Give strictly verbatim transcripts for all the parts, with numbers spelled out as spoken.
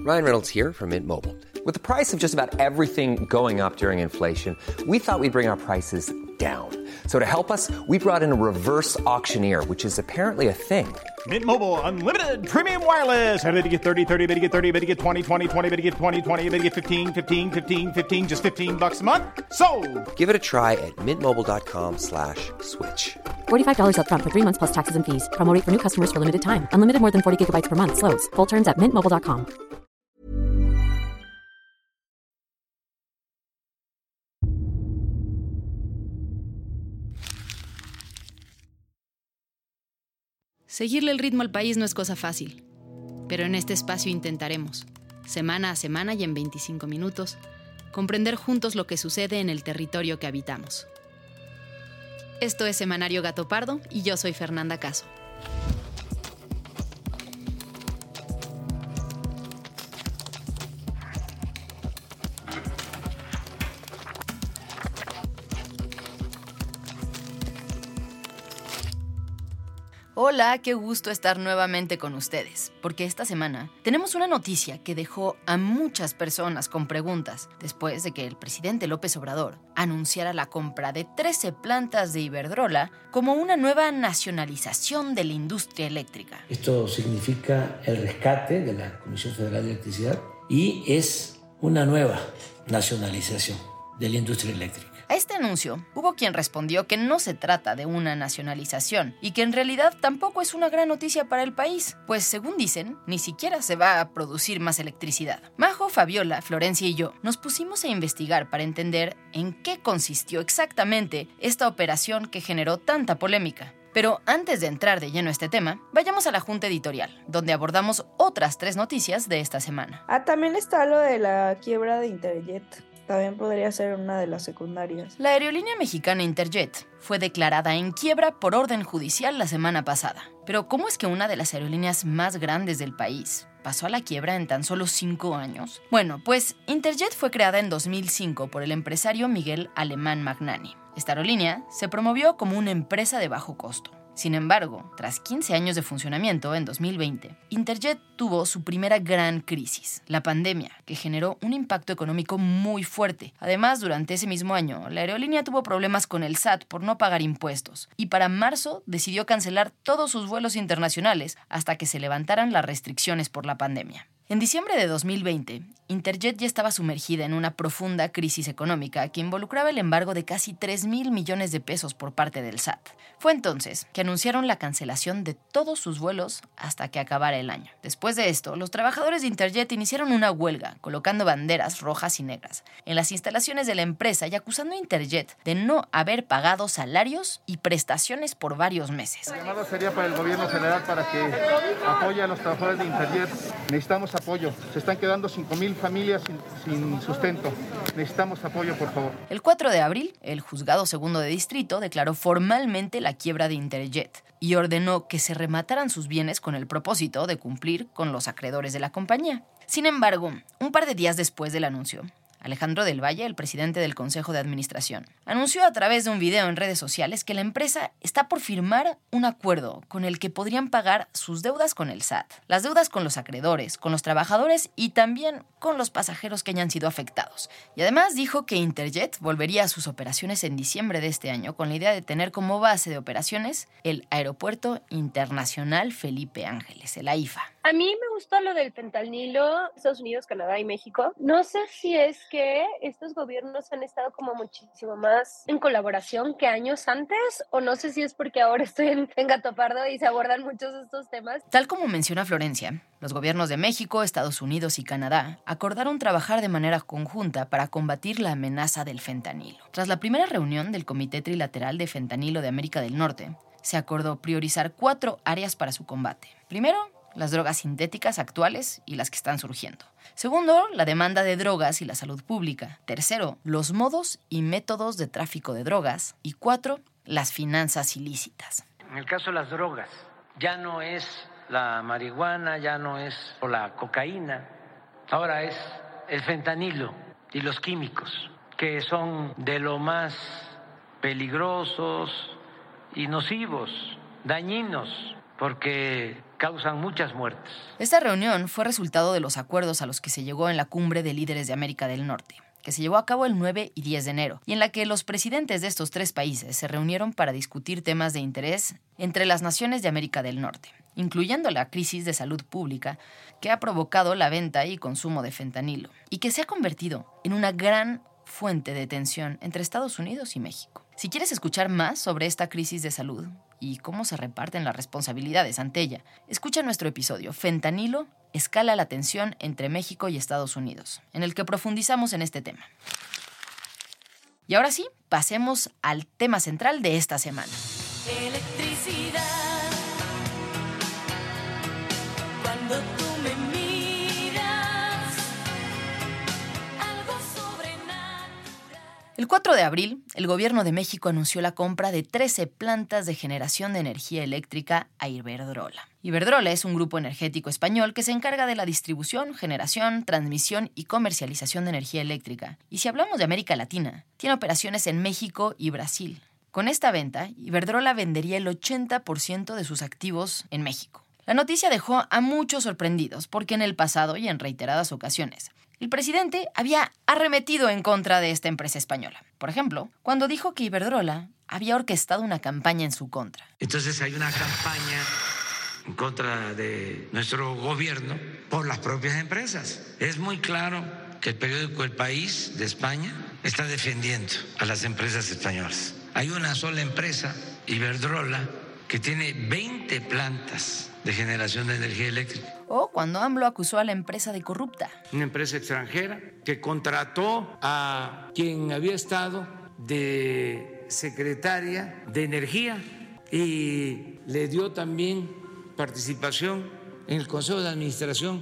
Ryan Reynolds here from Mint Mobile. With the price of just about everything going up during inflation, we thought we'd bring our prices down. So to help us, we brought in a reverse auctioneer, which is apparently a thing. Mint Mobile Unlimited Premium Wireless. How to get thirty, thirty, how to get thirty, how to get twenty, twenty, twenty, how to get twenty, twenty, how to get fifteen, fifteen, fifteen, fifteen, just fifteen bucks a month? Sold! Give it a try at mintmobile.com slash switch. forty-five dollars up front for three months plus taxes and fees. Promo rate for new customers for limited time. Unlimited more than forty gigabytes per month. Slows full terms at mint mobile dot com. Seguirle el ritmo al país no es cosa fácil, pero en este espacio intentaremos, semana a semana y en veinticinco minutos, comprender juntos lo que sucede en el territorio que habitamos. Esto es Semanario Gato Pardo y yo soy Fernanda Caso. Hola, qué gusto estar nuevamente con ustedes, porque esta semana tenemos una noticia que dejó a muchas personas con preguntas después de que el presidente López Obrador anunciara la compra de trece plantas de Iberdrola como una nueva nacionalización de la industria eléctrica. Esto significa el rescate de la Comisión Federal de Electricidad y es una nueva nacionalización de la industria eléctrica. A este anuncio, hubo quien respondió que no se trata de una nacionalización y que en realidad tampoco es una gran noticia para el país, pues según dicen, ni siquiera se va a producir más electricidad. Majo, Fabiola, Florencia y yo nos pusimos a investigar para entender en qué consistió exactamente esta operación que generó tanta polémica. Pero antes de entrar de lleno a este tema, vayamos a la junta editorial, donde abordamos otras tres noticias de esta semana. Ah, también está lo de la quiebra de Interjet. También podría ser una de las secundarias. La aerolínea mexicana Interjet fue declarada en quiebra por orden judicial la semana pasada. Pero ¿cómo es que una de las aerolíneas más grandes del país pasó a la quiebra en tan solo cinco años? Bueno, pues Interjet fue creada en dos mil cinco por el empresario Miguel Alemán Magnani. Esta aerolínea se promovió como una empresa de bajo costo. Sin embargo, tras quince años de funcionamiento, en dos mil veinte, Interjet tuvo su primera gran crisis, la pandemia, que generó un impacto económico muy fuerte. Además, durante ese mismo año, la aerolínea tuvo problemas con el S A T por no pagar impuestos, y para marzo decidió cancelar todos sus vuelos internacionales hasta que se levantaran las restricciones por la pandemia. En diciembre de dos mil veinte, Interjet ya estaba sumergida en una profunda crisis económica que involucraba el embargo de casi tres mil millones de pesos por parte del S A T. Fue entonces que anunciaron la cancelación de todos sus vuelos hasta que acabara el año. Después de esto, los trabajadores de Interjet iniciaron una huelga, colocando banderas rojas y negras en las instalaciones de la empresa y acusando a Interjet de no haber pagado salarios y prestaciones por varios meses. El llamado sería para el gobierno federal para que apoye a los trabajadores de Interjet. Necesitamos apoyo. Se están quedando cinco mil familias sin, sin sustento. Necesitamos apoyo, por favor. El cuatro de abril, el juzgado segundo de distrito declaró formalmente la quiebra de Interjet y ordenó que se remataran sus bienes con el propósito de cumplir con los acreedores de la compañía. Sin embargo, un par de días después del anuncio, Alejandro del Valle, el presidente del Consejo de Administración, anunció a través de un video en redes sociales que la empresa está por firmar un acuerdo con el que podrían pagar sus deudas con el S A T, las deudas con los acreedores, con los trabajadores y también con los pasajeros que hayan sido afectados. Y además dijo que Interjet volvería a sus operaciones en diciembre de este año con la idea de tener como base de operaciones el Aeropuerto Internacional Felipe Ángeles, el A I F A. A mí me gustó lo del fentanilo, Estados Unidos, Canadá y México. No sé si es que estos gobiernos han estado como muchísimo más en colaboración que años antes, o no sé si es porque ahora estoy en, en Gato Pardo y se abordan muchos de estos temas. Tal como menciona Florencia, los gobiernos de México, Estados Unidos y Canadá acordaron trabajar de manera conjunta para combatir la amenaza del fentanilo. Tras la primera reunión del Comité Trilateral de Fentanilo de América del Norte, se acordó priorizar cuatro áreas para su combate. Primero, las drogas sintéticas actuales y las que están surgiendo. Segundo, la demanda de drogas y la salud pública. Tercero, los modos y métodos de tráfico de drogas. Y cuatro, las finanzas ilícitas. En el caso de las drogas, ya no es la marihuana, ya no es la cocaína, ahora es el fentanilo y los químicos, que son de lo más peligrosos y nocivos, dañinos, porque causan muchas muertes. Esta reunión fue resultado de los acuerdos a los que se llegó en la Cumbre de Líderes de América del Norte, que se llevó a cabo el nueve y diez de enero, y en la que los presidentes de estos tres países se reunieron para discutir temas de interés entre las naciones de América del Norte, incluyendo la crisis de salud pública que ha provocado la venta y consumo de fentanilo, y que se ha convertido en una gran fuente de tensión entre Estados Unidos y México. Si quieres escuchar más sobre esta crisis de salud y cómo se reparten las responsabilidades ante ella, escucha nuestro episodio Fentanilo, escala la tensión entre México y Estados Unidos, en el que profundizamos en este tema. Y ahora sí, pasemos al tema central de esta semana. Electricidad. Cuando tú me miras, algo sobrenatural. El cuatro de abril, el gobierno de México anunció la compra de trece plantas de generación de energía eléctrica a Iberdrola. Iberdrola es un grupo energético español que se encarga de la distribución, generación, transmisión y comercialización de energía eléctrica. Y si hablamos de América Latina, tiene operaciones en México y Brasil. Con esta venta, Iberdrola vendería el ochenta por ciento de sus activos en México. La noticia dejó a muchos sorprendidos porque en el pasado y en reiteradas ocasiones, el presidente había arremetido en contra de esta empresa española. Por ejemplo, cuando dijo que Iberdrola había orquestado una campaña en su contra. Entonces hay una campaña en contra de nuestro gobierno por las propias empresas. Es muy claro que el periódico El País de España está defendiendo a las empresas españolas. Hay una sola empresa, Iberdrola, que tiene veinte plantas de generación de energía eléctrica. O cuando AMLO acusó a la empresa de corrupta. Una empresa extranjera que contrató a quien había estado de secretaria de Energía y le dio también participación en el Consejo de Administración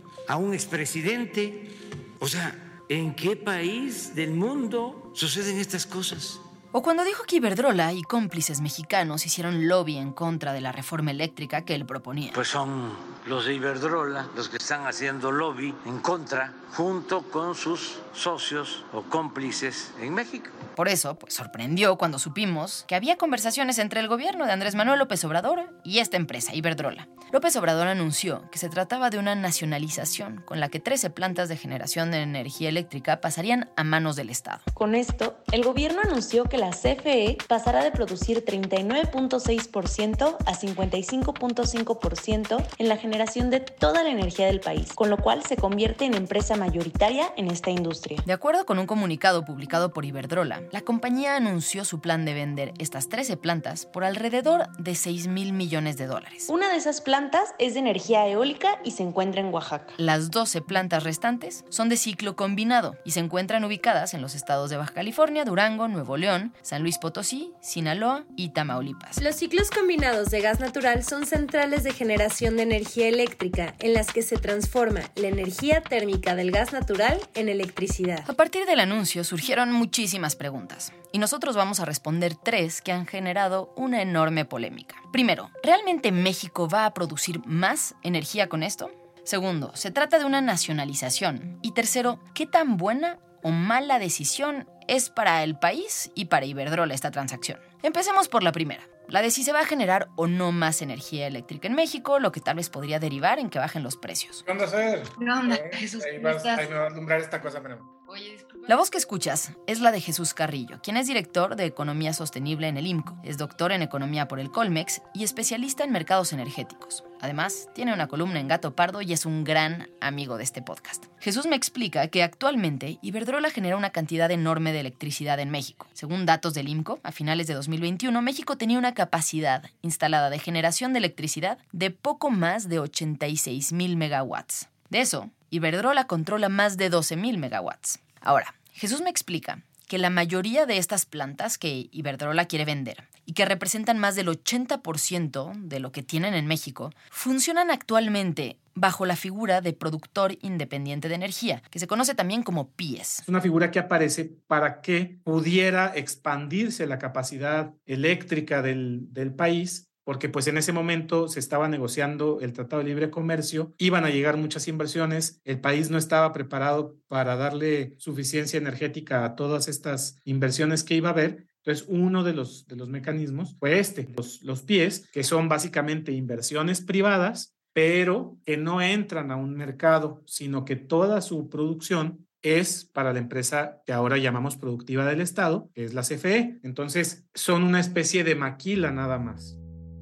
a un expresidente. O sea, ¿en qué país del mundo suceden estas cosas? O cuando dijo que Iberdrola y cómplices mexicanos hicieron lobby en contra de la reforma eléctrica que él proponía. Pues son los de Iberdrola los que están haciendo lobby en contra, junto con sus socios o cómplices en México. Por eso, pues sorprendió cuando supimos que había conversaciones entre el gobierno de Andrés Manuel López Obrador y esta empresa, Iberdrola. López Obrador anunció que se trataba de una nacionalización con la que trece plantas de generación de energía eléctrica pasarían a manos del Estado. Con esto, el gobierno anunció que la C F E pasará de producir treinta y nueve punto seis por ciento a cincuenta y cinco punto cinco por ciento en la generación de toda la energía del país, con lo cual se convierte en empresa mayoritaria en esta industria. De acuerdo con un comunicado publicado por Iberdrola, la compañía anunció su plan de vender estas trece plantas por alrededor de seis mil millones de dólares. Una de esas plantas es de energía eólica y se encuentra en Oaxaca. Las doce plantas restantes son de ciclo combinado y se encuentran ubicadas en los estados de Baja California, Durango, Nuevo León, San Luis Potosí, Sinaloa y Tamaulipas. Los ciclos combinados de gas natural son centrales de generación de energía eléctrica en las que se transforma la energía térmica del gas natural en electricidad. A partir del anuncio surgieron muchísimas preguntas y nosotros vamos a responder tres que han generado una enorme polémica. Primero, ¿realmente México va a producir más energía con esto? Segundo, ¿se trata de una nacionalización? Y tercero, ¿qué tan buena o mala decisión es para el país y para Iberdrola esta transacción? Empecemos por la primera, la de si se va a generar o no más energía eléctrica en México, lo que tal vez podría derivar en que bajen los precios. ¿Qué onda, Fer? ¿Qué onda, ¿Eh? Jesús? Ahí, ¿Cómo vas, estás? ahí me va a alumbrar esta cosa, pero... Oye, disculpa. La voz que escuchas es la de Jesús Carrillo, quien es director de Economía Sostenible en el I M C O, es doctor en Economía por el Colmex y especialista en mercados energéticos. Además, tiene una columna en Gato Pardo y es un gran amigo de este podcast. Jesús me explica que actualmente Iberdrola genera una cantidad enorme de electricidad en México. Según datos del I M C O, a finales de dos mil veintiuno, México tenía una capacidad instalada de generación de electricidad de poco más de ochenta y seis mil megawatts. De eso, Iberdrola controla más de doce mil megawatts. Ahora, Jesús me explica que la mayoría de estas plantas que Iberdrola quiere vender y que representan más del ochenta por ciento de lo que tienen en México, funcionan actualmente bajo la figura de productor independiente de energía, que se conoce también como P I E S. Es una figura que aparece para que pudiera expandirse la capacidad eléctrica del, del país, porque pues en ese momento se estaba negociando el Tratado de Libre Comercio, iban a llegar muchas inversiones, el país no estaba preparado para darle suficiencia energética a todas estas inversiones que iba a haber. Entonces, uno de los, de los mecanismos fue este, los, los P I Es, que son básicamente inversiones privadas, pero que no entran a un mercado, sino que toda su producción es para la empresa que ahora llamamos productiva del Estado, que es la C F E. Entonces, son una especie de maquila nada más.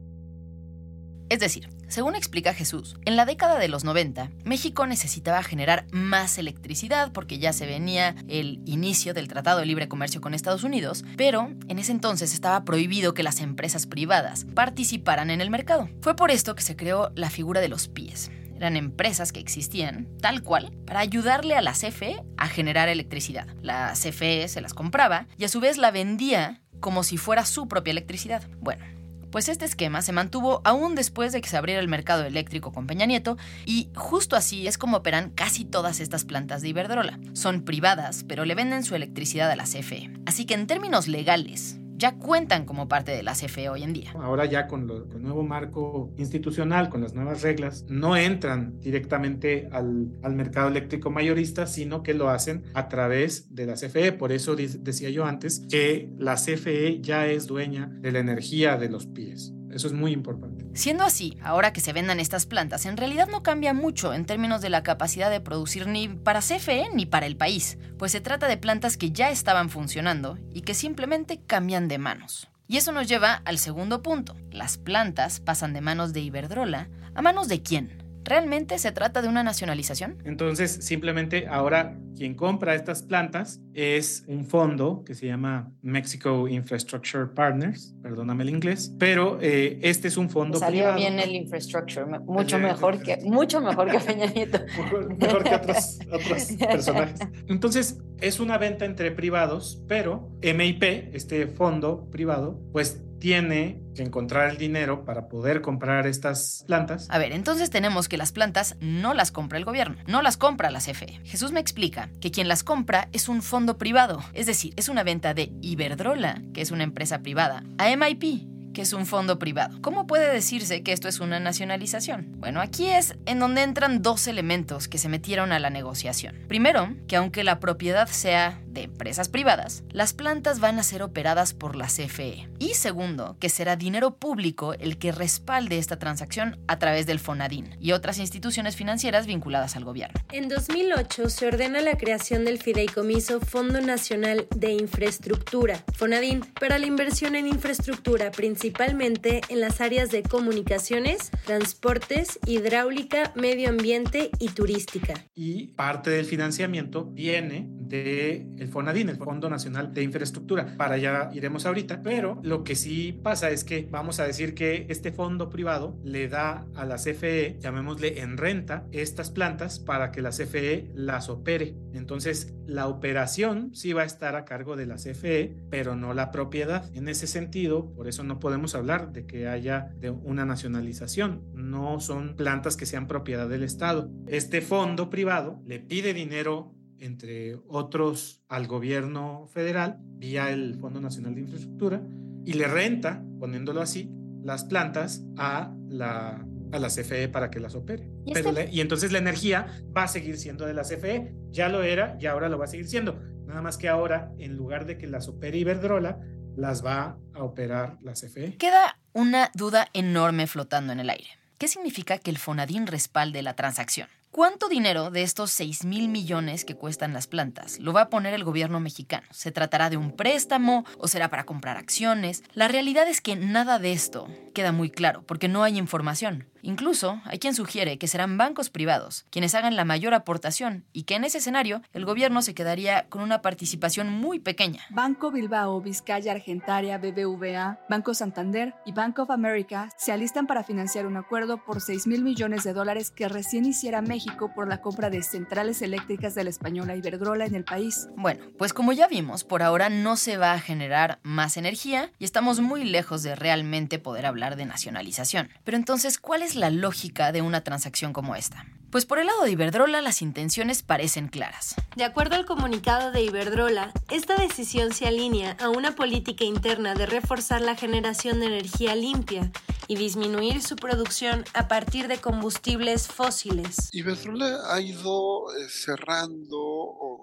Es decir, según explica Jesús, en la década de los noventa, México necesitaba generar más electricidad porque ya se venía el inicio del Tratado de Libre Comercio con Estados Unidos, pero en ese entonces estaba prohibido que las empresas privadas participaran en el mercado. Fue por esto que se creó la figura de los P I Es. Eran empresas que existían, tal cual, para ayudarle a la C F E a generar electricidad. La C F E se las compraba y a su vez la vendía como si fuera su propia electricidad. Bueno, pues este esquema se mantuvo aún después de que se abriera el mercado eléctrico con Peña Nieto, y justo así es como operan casi todas estas plantas de Iberdrola. Son privadas, pero le venden su electricidad a la C F E. Así que en términos legales, ya cuentan como parte de la C F E hoy en día. Ahora ya con, lo, con el nuevo marco institucional, con las nuevas reglas, no entran directamente al, al mercado eléctrico mayorista, sino que lo hacen a través de la C F E. Por eso de, decía yo antes que la C F E ya es dueña de la energía de los P I Es. Eso es muy importante. Siendo así, ahora que se vendan estas plantas, en realidad no cambia mucho en términos de la capacidad de producir ni para C F E ni para el país, pues se trata de plantas que ya estaban funcionando y que simplemente cambian de manos. Y eso nos lleva al segundo punto. Las plantas pasan de manos de Iberdrola a manos de ¿quién? ¿Realmente se trata de una nacionalización? Entonces, simplemente ahora quien compra estas plantas es un fondo que se llama Mexico Infrastructure Partners, perdóname el inglés, pero eh, este es un fondo Salió privado. bien el infrastructure, mucho mejor que, mucho mejor que Peña Nieto. Mejor, mejor que otros, otros personajes. Entonces, es una venta entre privados, pero M I P, este fondo privado, pues tiene que encontrar el dinero para poder comprar estas plantas. A ver, entonces tenemos que las plantas no las compra el gobierno, no las compra la C F E. Jesús me explica que quien las compra es un fondo privado, es decir, es una venta de Iberdrola, que es una empresa privada, a M I P, que es un fondo privado. ¿Cómo puede decirse que esto es una nacionalización? Bueno, aquí es en donde entran dos elementos que se metieron a la negociación. Primero, que aunque la propiedad sea de empresas privadas, las plantas van a ser operadas por la C F E. Y segundo, que será dinero público el que respalde esta transacción a través del Fonadín y otras instituciones financieras vinculadas al gobierno. En dos mil ocho se ordena la creación del fideicomiso Fondo Nacional de Infraestructura, Fonadín, para la inversión en infraestructura, principalmente en las áreas de comunicaciones, transportes, hidráulica, medio ambiente y turística. Y parte del financiamiento viene del Fonadín, el Fondo Nacional de Infraestructura. Para allá iremos ahorita, pero lo que sí pasa es que vamos a decir que este fondo privado le da a la C F E, llamémosle en renta, estas plantas para que la C F E las opere. Entonces, la operación sí va a estar a cargo de la C F E, pero no la propiedad. En ese sentido, por eso no podemos hablar de que haya de una nacionalización. No son plantas que sean propiedad del Estado. Este fondo privado le pide dinero, entre otros, al gobierno federal vía el Fondo Nacional de Infraestructura, y le renta, poniéndolo así, las plantas a la, a la C F E para que las opere. ¿Y, Pero este? la, y entonces la energía va a seguir siendo de la C F E. Ya lo era y ahora lo va a seguir siendo. Nada más que ahora, en lugar de que las opere Iberdrola, las va a operar la C F E. Queda una duda enorme flotando en el aire. ¿Qué significa que el Fonadín respalde la transacción? ¿Cuánto dinero de estos seis mil millones que cuestan las plantas lo va a poner el gobierno mexicano? ¿Se tratará de un préstamo o será para comprar acciones? La realidad es que nada de esto queda muy claro porque no hay información. Incluso hay quien sugiere que serán bancos privados quienes hagan la mayor aportación y que en ese escenario el gobierno se quedaría con una participación muy pequeña. Banco Bilbao, Vizcaya Argentaria, B B V A, Banco Santander y Bank of America se alistan para financiar un acuerdo por seis mil millones de dólares que recién hiciera México por la compra de centrales eléctricas de la española Iberdrola en el país. Bueno, pues como ya vimos, por ahora no se va a generar más energía y estamos muy lejos de realmente poder hablar de nacionalización. Pero entonces, ¿cuál es la lógica de una transacción como esta? Pues por el lado de Iberdrola las intenciones parecen claras. De acuerdo al comunicado de Iberdrola, esta decisión se alinea a una política interna de reforzar la generación de energía limpia y disminuir su producción a partir de combustibles fósiles. Iberdrola ha ido cerrando o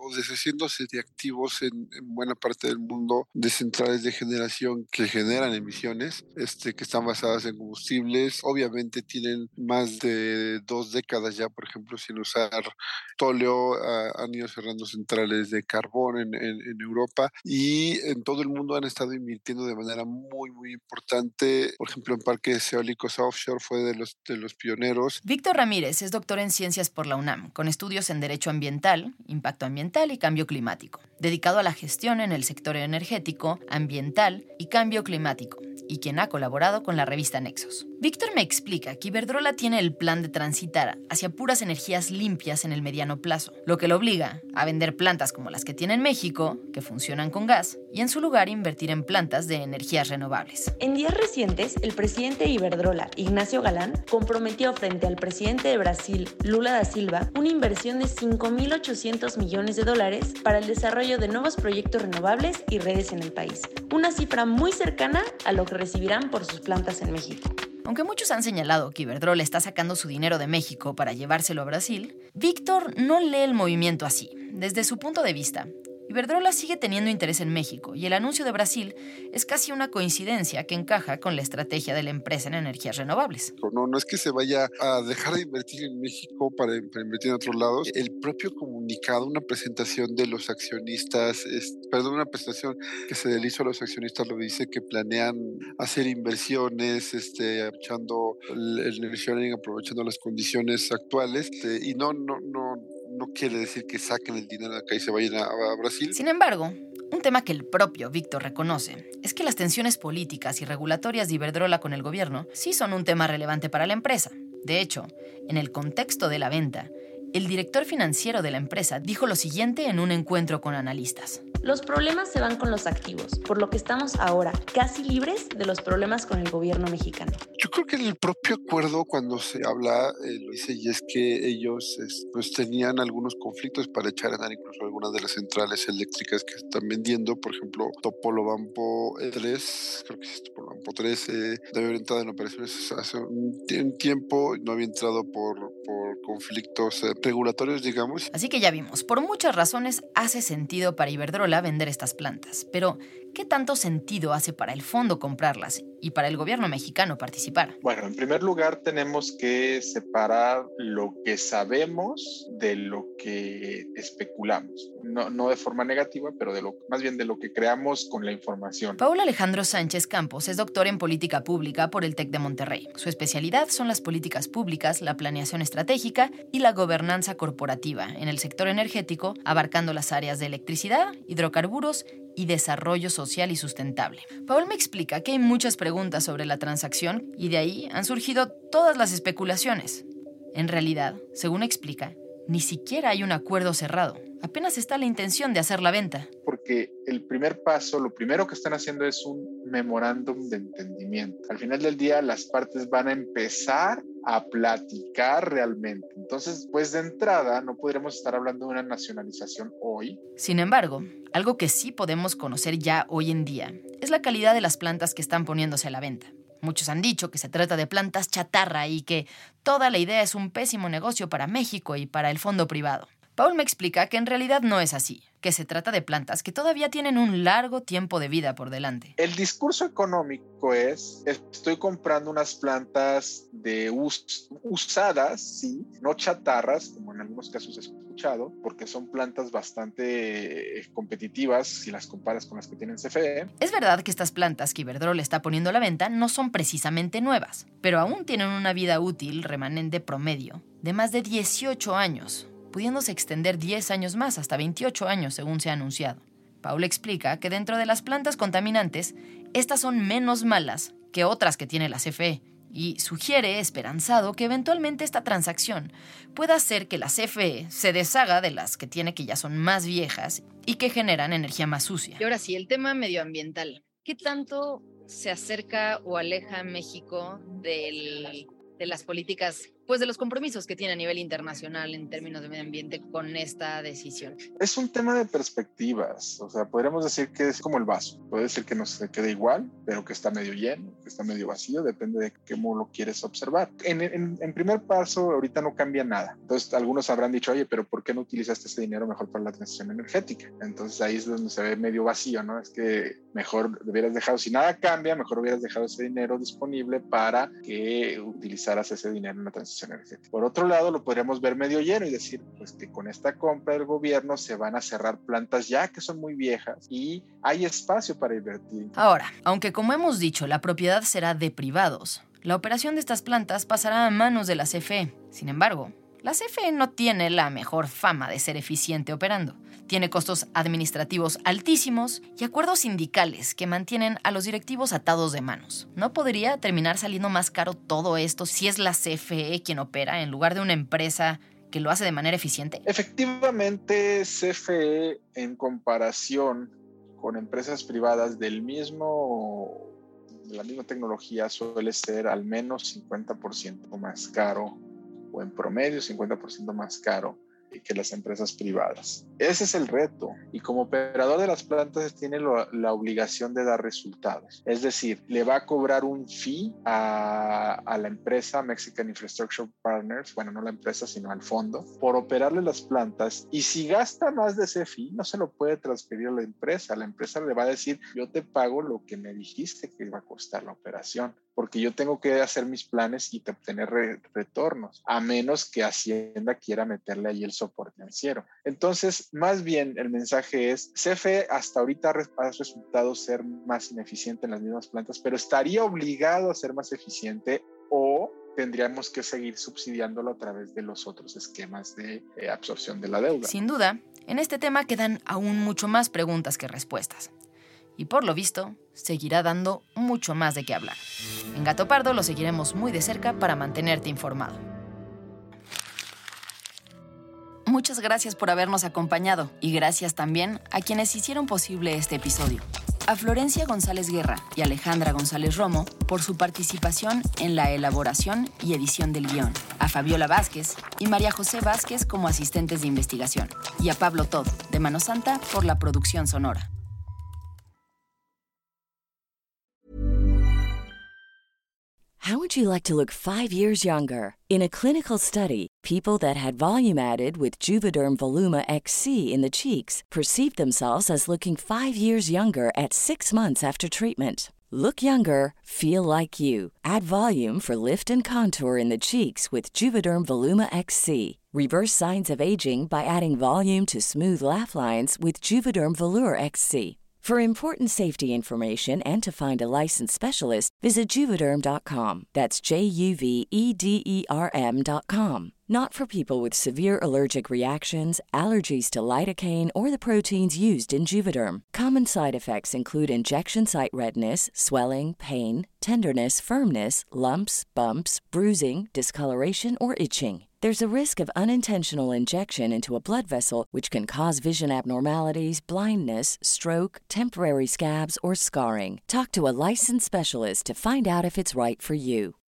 o deshaciéndose de activos en, en buena parte del mundo de centrales de generación que generan emisiones, este, que están basadas en combustibles. Obviamente tienen más de dos décadas ya, por ejemplo, sin usar petróleo, uh, han ido cerrando centrales de carbón en, en, en Europa y en todo el mundo han estado invirtiendo de manera muy, muy importante. Por ejemplo, en parques eólicos offshore fue de los, de los pioneros. Víctor Ramírez es doctor en ciencias por la UNAM, con estudios en Derecho Ambiental, Impacto Ambiental y Cambio Climático, dedicado a la gestión en el sector energético, ambiental y cambio climático, y quien ha colaborado con la revista Nexos. Víctor me explica que Iberdrola tiene el plan de transitar hacia puras energías limpias en el mediano plazo, lo que lo obliga a vender plantas como las que tiene en México, que funcionan con gas, y en su lugar invertir en plantas de energías renovables. En días recientes, el presidente de Iberdrola, Ignacio Galán, comprometió frente al presidente de Brasil, Lula da Silva, una inversión de cinco mil ochocientos millones de dólares para el desarrollo de nuevos proyectos renovables y redes en el país, una cifra muy cercana a lo que recibirán por sus plantas en México. Aunque muchos han señalado que Iberdrola está sacando su dinero de México para llevárselo a Brasil, Víctor no lee el movimiento así. Desde su punto de vista, Iberdrola sigue teniendo interés en México y el anuncio de Brasil es casi una coincidencia que encaja con la estrategia de la empresa en energías renovables. No, no es que se vaya a dejar de invertir en México para, para invertir en otros lados. El propio comunicado, una presentación de los accionistas, es, perdón, una presentación que se le hizo a los accionistas lo dice que planean hacer inversiones, este, aprovechando el, el nearshoring, aprovechando las condiciones actuales, este, y no, no, no. No quiere decir que saquen el dinero de acá y se vayan a, a Brasil. Sin embargo, un tema que el propio Víctor reconoce es que las tensiones políticas y regulatorias de Iberdrola con el gobierno sí son un tema relevante para la empresa. De hecho, en el contexto de la venta, el director financiero de la empresa dijo lo siguiente en un encuentro con analistas. Los problemas se van con los activos, por lo que estamos ahora casi libres de los problemas con el gobierno mexicano. Yo creo que en el propio acuerdo, cuando se habla, eh, lo dice, y es que ellos es, pues tenían algunos conflictos para echar a andar incluso algunas de las centrales eléctricas que están vendiendo. Por ejemplo, Topolobampo tres, creo que es Topolobampo tres, eh, debe haber entrado en operaciones hace un, un tiempo, no había entrado por, por conflictos eh, regulatorios, digamos. Así que ya vimos, por muchas razones hace sentido para Iberdrola vender estas plantas, pero ¿qué tanto sentido hace para el fondo comprarlas y para el gobierno mexicano participar? Bueno, en primer lugar tenemos que separar lo que sabemos de lo que especulamos. No, no de forma negativa, pero de lo, más bien de lo que creamos con la información. Paul Alejandro Sánchez Campos es doctor en política pública por el TEC de Monterrey. Su especialidad son las políticas públicas, la planeación estratégica y la gobernanza corporativa en el sector energético, abarcando las áreas de electricidad, hidrocarburos y desarrollo social y sustentable. Paul me explica que hay muchas preguntas sobre la transacción y de ahí han surgido todas las especulaciones. En realidad, según explica, ni siquiera hay un acuerdo cerrado. Apenas está la intención de hacer la venta. Porque el primer paso, lo primero que están haciendo es un memorándum de entendimiento. Al final del día, las partes van a empezar a platicar realmente. Entonces, pues de entrada, no podremos estar hablando de una nacionalización hoy. Sin embargo, algo que sí podemos conocer ya hoy en día es la calidad de las plantas que están poniéndose a la venta. Muchos han dicho que se trata de plantas chatarra y que toda la idea es un pésimo negocio para México y para el fondo privado. Paul me explica que en realidad no es así, que se trata de plantas que todavía tienen un largo tiempo de vida por delante. El discurso económico es, estoy comprando unas plantas de us, usadas, sí, no chatarras, como en algunos casos he escuchado, porque son plantas bastante competitivas si las comparas con las que tienen C F E. Es verdad que estas plantas que Iberdrola está poniendo a la venta no son precisamente nuevas, pero aún tienen una vida útil remanente promedio de más de dieciocho años. Pudiéndose extender diez años más, hasta veintiocho años, según se ha anunciado. Paul explica que dentro de las plantas contaminantes, estas son menos malas que otras que tiene la C F E, y sugiere, esperanzado, que eventualmente esta transacción pueda hacer que la C F E se deshaga de las que tiene que ya son más viejas y que generan energía más sucia. Y ahora sí, el tema medioambiental. ¿Qué tanto se acerca o aleja México del... de las políticas pues de los compromisos que tiene a nivel internacional en términos de medio ambiente con esta decisión? Es un tema de perspectivas, o sea, podríamos decir que es como el vaso, puede decir que no se quede igual, pero que está medio lleno, que está medio vacío, depende de cómo lo quieres observar. En, en, en primer paso, ahorita no cambia nada, entonces algunos habrán dicho, oye, pero ¿por qué no utilizaste ese dinero mejor para la transición energética? Entonces ahí es donde se ve medio vacío, ¿no? Es que mejor hubieras dejado, si nada cambia, mejor hubieras dejado ese dinero disponible para que utilizaras ese dinero en la transición energética. Por otro lado, lo podríamos ver medio lleno y decir pues que con esta compra del gobierno se van a cerrar plantas ya que son muy viejas y hay espacio para invertir. Ahora, aunque como hemos dicho, la propiedad será de privados, la operación de estas plantas pasará a manos de la C F E. Sin embargo, la C F E no tiene la mejor fama de ser eficiente operando. Tiene costos administrativos altísimos y acuerdos sindicales que mantienen a los directivos atados de manos. ¿No podría terminar saliendo más caro todo esto si es la C F E quien opera en lugar de una empresa que lo hace de manera eficiente? Efectivamente, C F E en comparación con empresas privadas del mismo, de la misma tecnología suele ser al menos cincuenta por ciento más caro o en promedio cincuenta por ciento más caro que las empresas privadas. Ese es el reto y como operador de las plantas tiene lo, la obligación de dar resultados. Es decir, le va a cobrar un fee a, a la empresa Mexican Infrastructure Partners, bueno, no la empresa sino al fondo, por operarle las plantas y si gasta más de ese fee no se lo puede transferir a la empresa. La empresa le va a decir, yo te pago lo que me dijiste que iba a costar la operación, porque yo tengo que hacer mis planes y obtener re- retornos, a menos que Hacienda quiera meterle ahí el soporte financiero. Entonces, más bien el mensaje es, C F E hasta ahorita ha resultado ser más ineficiente en las mismas plantas, pero estaría obligado a ser más eficiente o tendríamos que seguir subsidiándolo a través de los otros esquemas de eh, absorción de la deuda. Sin duda, en este tema quedan aún mucho más preguntas que respuestas. Y por lo visto, seguirá dando mucho más de qué hablar. En Gato Pardo lo seguiremos muy de cerca para mantenerte informado. Muchas gracias por habernos acompañado y gracias también a quienes hicieron posible este episodio. A Florencia González Guerra y Alejandra González Romo por su participación en la elaboración y edición del guión. A Fabiola Vázquez y María José Vázquez como asistentes de investigación. Y a Pablo Todd, de Mano Santa, por la producción sonora. How would you like to look five years younger? In a clinical study, people that had volume added with Juvederm Voluma X C in the cheeks perceived themselves as looking five years younger at six months after treatment. Look younger, feel like you. Add volume for lift and contour in the cheeks with Juvederm Voluma X C. Reverse signs of aging by adding volume to smooth laugh lines with Juvederm Volure X C. For important safety information and to find a licensed specialist, visit Juvederm dot com. That's J U V E D E R M dot com. Not for people with severe allergic reactions, allergies to lidocaine, or the proteins used in Juvederm. Common side effects include injection site redness, swelling, pain, tenderness, firmness, lumps, bumps, bruising, discoloration, or itching. There's a risk of unintentional injection into a blood vessel, which can cause vision abnormalities, blindness, stroke, temporary scabs, or scarring. Talk to a licensed specialist to find out if it's right for you.